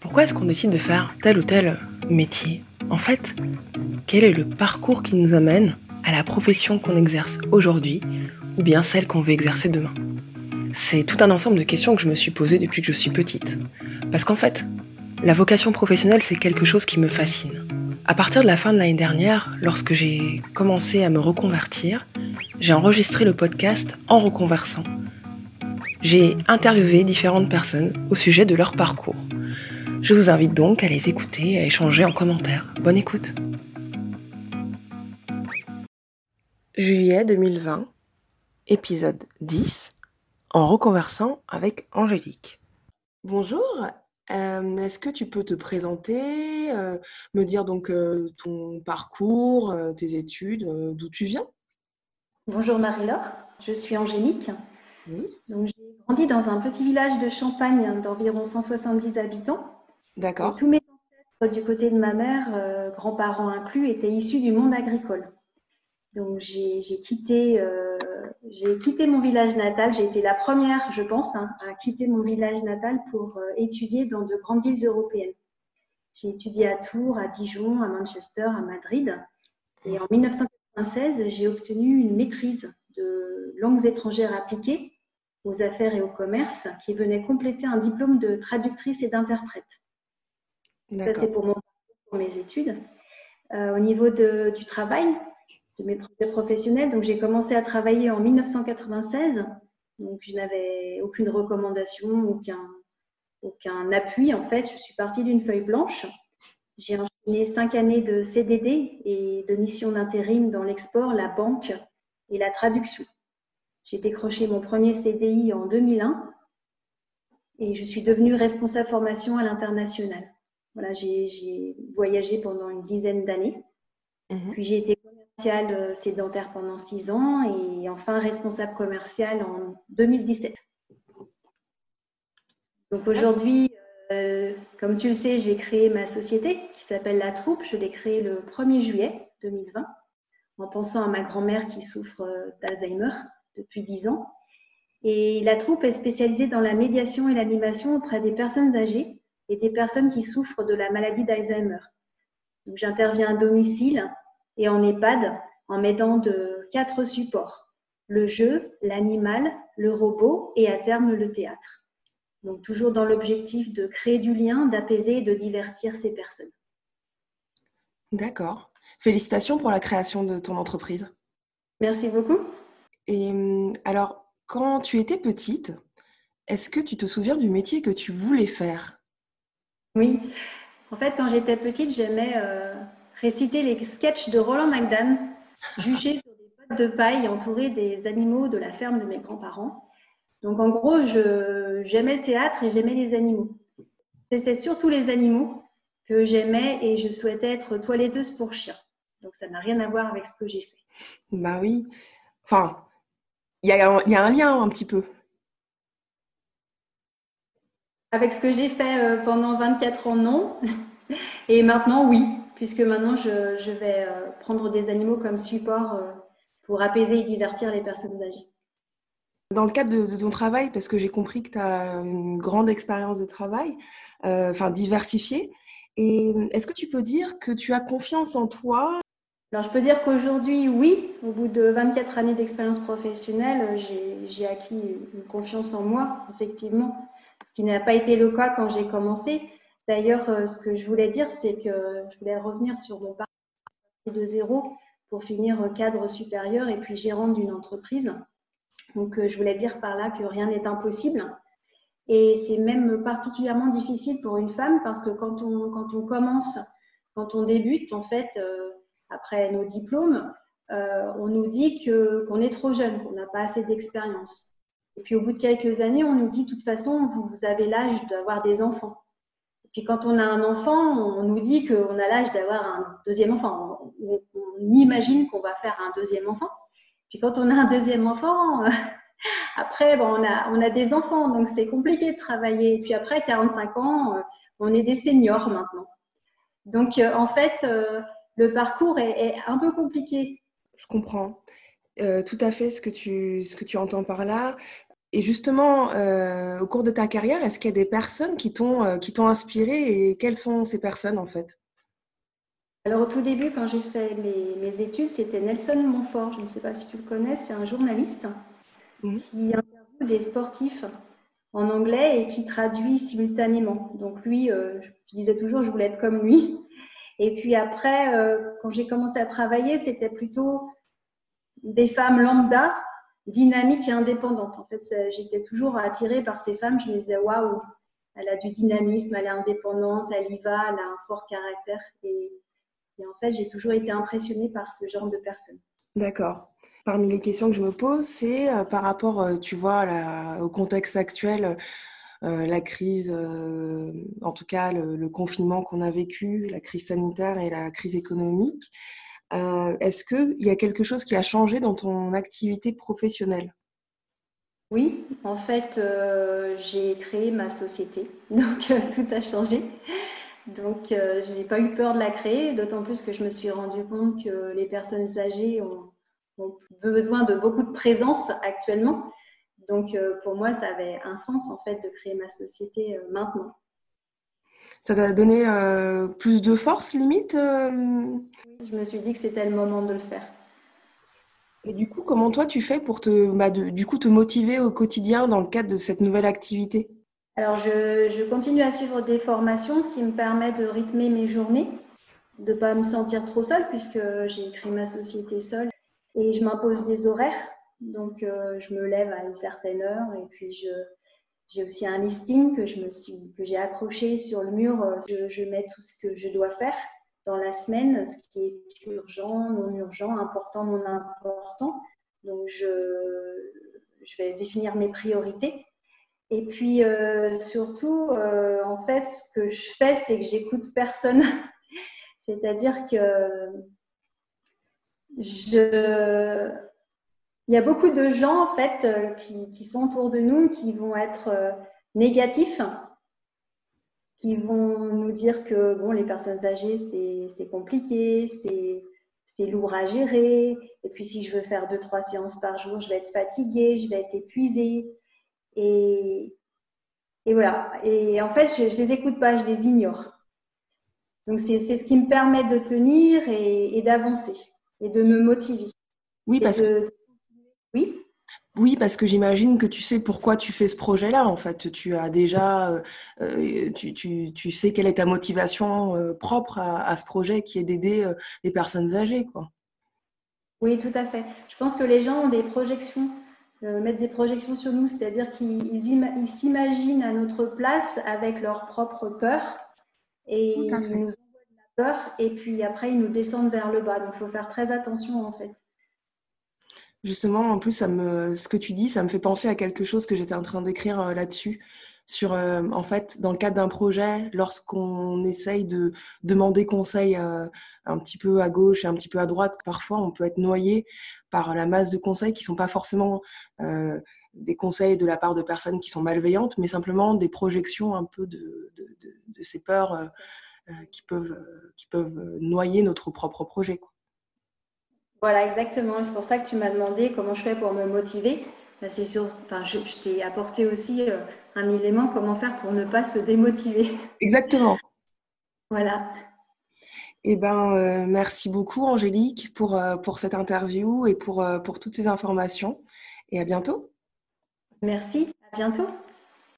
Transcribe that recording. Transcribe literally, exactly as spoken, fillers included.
Pourquoi est-ce qu'on décide de faire tel ou tel métier? En fait, quel est le parcours qui nous amène à la profession qu'on exerce aujourd'hui ou bien celle qu'on veut exercer demain? C'est tout un ensemble de questions que je me suis posées depuis que je suis petite. Parce qu'en fait, la vocation professionnelle, c'est quelque chose qui me fascine. À partir de la fin de l'année dernière, lorsque j'ai commencé à me reconvertir, j'ai enregistré le podcast En reconversant. J'ai interviewé différentes personnes au sujet de leur parcours. Je vous invite donc à les écouter et à échanger en commentaire. Bonne écoute. Juillet deux mille vingt, épisode dix, En reconversant avec Angélique. Bonjour, euh, est-ce que tu peux te présenter, euh, me dire donc euh, ton parcours, euh, tes études, euh, d'où tu viens? Bonjour Marie-Laure, je suis Angélique. Oui, Donc, j'ai grandi dans un petit village de Champagne d'environ cent soixante-dix habitants et d'accord. tous mes ancêtres du côté de ma mère, euh, grands-parents inclus, étaient issus du monde agricole. Donc j'ai, j'ai quitté, euh, j'ai quitté mon village natal, j'ai été la première, je pense, hein, à quitter mon village natal pour euh, étudier dans de grandes villes européennes. J'ai étudié à Tours, à Dijon, à Manchester, à Madrid. Et en dix-neuf cent quatre-vingt-seize, j'ai obtenu une maîtrise de langues étrangères appliquées aux affaires et au commerce qui venait compléter un diplôme de traductrice et d'interprète. Ça, c'est D'accord. pour, mon, pour mes études. Euh, au niveau de, du travail, de mes projets professionnels, donc j'ai commencé à travailler en dix-neuf cent quatre-vingt-seize. Donc, je n'avais aucune recommandation, aucun, aucun appui. En fait, je suis partie d'une feuille blanche. J'ai enchaîné cinq années de C D D et de mission d'intérim dans l'export, la banque et la traduction. J'ai décroché mon premier C D I en deux mille un et je suis devenue responsable formation à l'international. Voilà, j'ai, j'ai voyagé pendant une dizaine d'années. Mhm. Puis j'ai été commerciale sédentaire pendant six ans et enfin responsable commerciale en deux mille dix-sept. Donc aujourd'hui, euh, comme tu le sais, j'ai créé ma société qui s'appelle La Troupe. Je l'ai créée le premier juillet deux mille vingt en pensant à ma grand-mère qui souffre d'Alzheimer depuis dix ans. Et La Troupe est spécialisée dans la médiation et l'animation auprès des personnes âgées et des personnes qui souffrent de la maladie d'Alzheimer. Donc, j'interviens à domicile et en EHPAD en m'aidant de quatre supports: le jeu, l'animal, le robot et à terme le théâtre. Donc toujours dans l'objectif de créer du lien, d'apaiser et de divertir ces personnes. D'accord. Félicitations pour la création de ton entreprise. Merci beaucoup. Et hum, alors, quand tu étais petite, est-ce que tu te souviens du métier que tu voulais faire? Oui, en fait, quand j'étais petite, j'aimais euh, réciter les sketchs de Roland McDan, juchés sur des bottes de paille entourés des animaux de la ferme de mes grands-parents. Donc en gros, je, j'aimais le théâtre et j'aimais les animaux. C'était surtout les animaux que j'aimais et je souhaitais être toiletteuse pour chiens. Donc ça n'a rien à voir avec ce que j'ai fait. Bah oui. Enfin, il y a, un- il y a un lien un petit peu. Avec ce que j'ai fait euh, pendant vingt-quatre ans, non. Et maintenant, oui, puisque maintenant je, je vais euh, prendre des animaux comme support euh, pour apaiser et divertir les personnes âgées. Dans le cadre de, de ton travail, parce que j'ai compris que tu as une grande expérience de travail, euh, enfin diversifiée. Et est-ce que tu peux dire que tu as confiance en toi? Alors je peux dire qu'aujourd'hui, oui, au bout de vingt-quatre années d'expérience professionnelle, j'ai, j'ai acquis une confiance en moi, effectivement, ce qui n'a pas été le cas quand j'ai commencé. D'ailleurs, euh, ce que je voulais dire, c'est que je voulais revenir sur mon parcours de zéro pour finir cadre supérieur et puis gérante d'une entreprise. Donc, euh, je voulais dire par là que rien n'est impossible. Et c'est même particulièrement difficile pour une femme parce que quand on, quand on commence, quand on débute, en fait, euh, après nos diplômes, euh, on nous dit que, qu'on est trop jeune, qu'on n'a pas assez d'expérience. Et puis au bout de quelques années, on nous dit de toute façon, vous, vous avez l'âge d'avoir des enfants. Et puis quand on a un enfant, on nous dit qu'on a l'âge d'avoir un deuxième enfant. On, on imagine qu'on va faire un deuxième enfant. Puis quand on a un deuxième enfant, après, bon, on, a, on a des enfants, donc c'est compliqué de travailler. Et puis après, quarante-cinq ans, euh, on est des seniors maintenant. Donc, euh, en fait, euh, le parcours est, est un peu compliqué. Je comprends euh, tout à fait ce que tu, ce que tu entends par là. Et justement, euh, au cours de ta carrière, est-ce qu'il y a des personnes qui t'ont euh, qui t'ont inspiré et quelles sont ces personnes en fait? Alors au tout début, quand j'ai fait mes, mes études, c'était Nelson Montfort. Je ne sais pas si tu le connais, c'est un journaliste Mhm. qui interviewe des sportifs en anglais et qui traduit simultanément. Donc lui, euh, je disais toujours, je voulais être comme lui. Et puis après, euh, quand j'ai commencé à travailler, c'était plutôt des femmes lambda, dynamiques et indépendantes. En fait, j'étais toujours attirée par ces femmes. Je me disais, waouh, elle a du dynamisme, elle est indépendante, elle y va, elle a un fort caractère. Et, et en fait, j'ai toujours été impressionnée par ce genre de personnes. D'accord. Parmi les questions que je me pose, c'est euh, par rapport, euh, tu vois, à la- au contexte actuel, euh, la crise, euh, en tout cas le, le confinement qu'on a vécu, la crise sanitaire et la crise économique. Euh, est-ce qu'il y a quelque chose qui a changé dans ton activité professionnelle? Oui, en fait, euh, j'ai créé ma société, donc euh, tout a changé. Donc, euh, je n'ai pas eu peur de la créer, d'autant plus que je me suis rendu compte que les personnes âgées ont, ont besoin de beaucoup de présence actuellement. Donc, euh, pour moi, ça avait un sens en fait de créer ma société euh, maintenant. Ça t'a donné euh, plus de force, limite? euh Je me suis dit que c'était le moment de le faire. Et du coup, comment toi tu fais pour te, bah, de- du coup, te motiver au quotidien dans le cadre de cette nouvelle activité? Alors, je, je continue à suivre des formations, ce qui me permet de rythmer mes journées, de ne pas me sentir trop seule, puisque j'ai créé ma société seule. Et je m'impose des horaires. Donc, euh, je me lève à une certaine heure et puis je, j'ai aussi un listing que, je me suis, que j'ai accroché sur le mur. Je, je mets tout ce que je dois faire dans la semaine, ce qui est urgent, non urgent, important, non important. Donc, je, je vais définir mes priorités. Et puis, euh, surtout, euh, en fait, ce que je fais, c'est que j'écoute personne. C'est-à-dire que je, il y a beaucoup de gens en fait euh, qui, qui sont autour de nous qui vont être euh, négatifs, qui vont nous dire que bon, les personnes âgées c'est, c'est compliqué, c'est, c'est lourd à gérer. Et puis si je veux faire deux trois séances par jour, je vais être fatiguée, je vais être épuisée. Et, et voilà. Et en fait, je, ne les écoute pas, je les ignore. Donc c'est, c'est ce qui me permet de tenir et, et d'avancer et de me motiver. Oui, Et parce que de, oui. Oui, parce que j'imagine que tu sais pourquoi tu fais ce projet-là, en fait. Tu as déjà, euh, euh, tu, tu, tu sais quelle est ta motivation euh, propre à, à ce projet qui est d'aider euh, les personnes âgées, quoi. Oui, tout à fait. Je pense que les gens ont des projections, euh, mettent des projections sur nous, c'est-à-dire qu'ils ils ils s'imaginent à notre place avec leurs propres peurs et Tout à ils fait. nous envoient de la peur et puis après ils nous descendent vers le bas. Donc il faut faire très attention en fait. Justement, en plus, ça me, ce que tu dis, ça me fait penser à quelque chose que j'étais en train d'écrire euh, là-dessus. Sur, euh, en fait, dans le cadre d'un projet, lorsqu'on essaye de demander conseil euh, un petit peu à gauche et un petit peu à droite, parfois on peut être noyé par la masse de conseils qui sont pas forcément euh, des conseils de la part de personnes qui sont malveillantes, mais simplement des projections un peu de, de, de, de ces peurs euh, euh, qui peuvent, euh, qui peuvent noyer notre propre projet, quoi. Voilà, exactement. C'est pour ça que tu m'as demandé comment je fais pour me motiver. Ben, c'est sûr, enfin, je, je t'ai apporté aussi euh, un élément, comment faire pour ne pas se démotiver. Exactement. Voilà. Eh ben, euh, merci beaucoup, Angélique, pour, euh, pour cette interview et pour, euh, pour toutes ces informations. Et à bientôt. Merci. À bientôt.